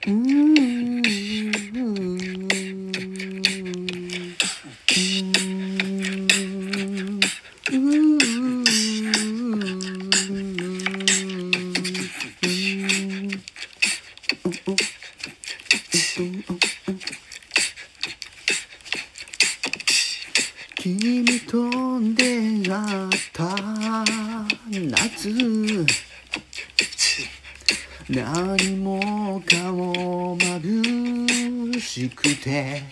君と出会った夏、何もかも眩しくて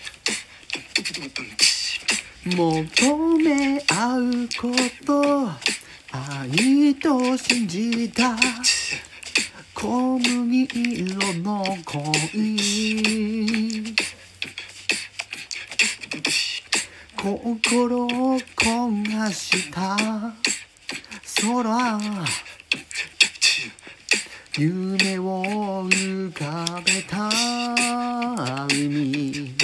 求め合うこと愛と信じた小麦色の恋、心を焦がした空、夢を浮かべた海、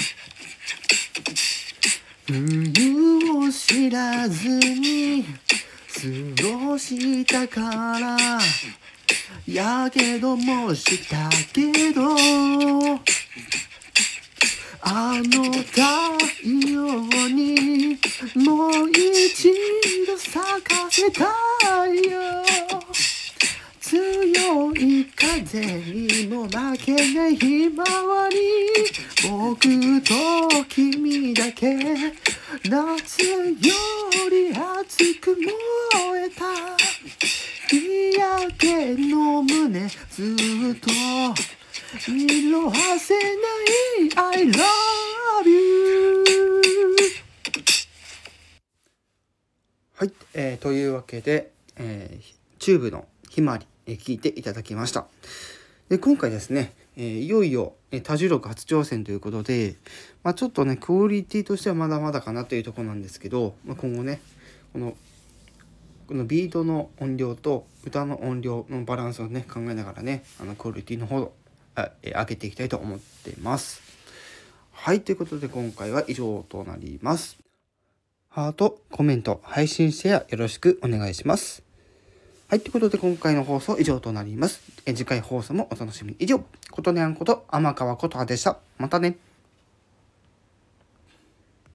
冬を知らずに過ごしたからやけどもしたけど、あの太陽にもう一度咲かせたいよ。強い風にも負けないひまわり、僕と君だけ夏より熱く燃えた。日焼けの胸ずっと色褪せない I love you。 はい、というわけで、チューブのひまわり聴いていただきました。で今回ですね、いよいよ多重録初挑戦ということで、ちょっとねクオリティとしてはまだまだかなというところなんですけど、今後ねこのビートの音量と歌の音量のバランスをね考えながらねクオリティの方を上げていきたいと思っています。はい、ということで今回は以上となります。ハート、コメント、配信シェアよろしくお願いします。はい、ということで今回の放送以上となります。次回放送もお楽しみに。以上、ことねあんこと天川ことはでした。またね。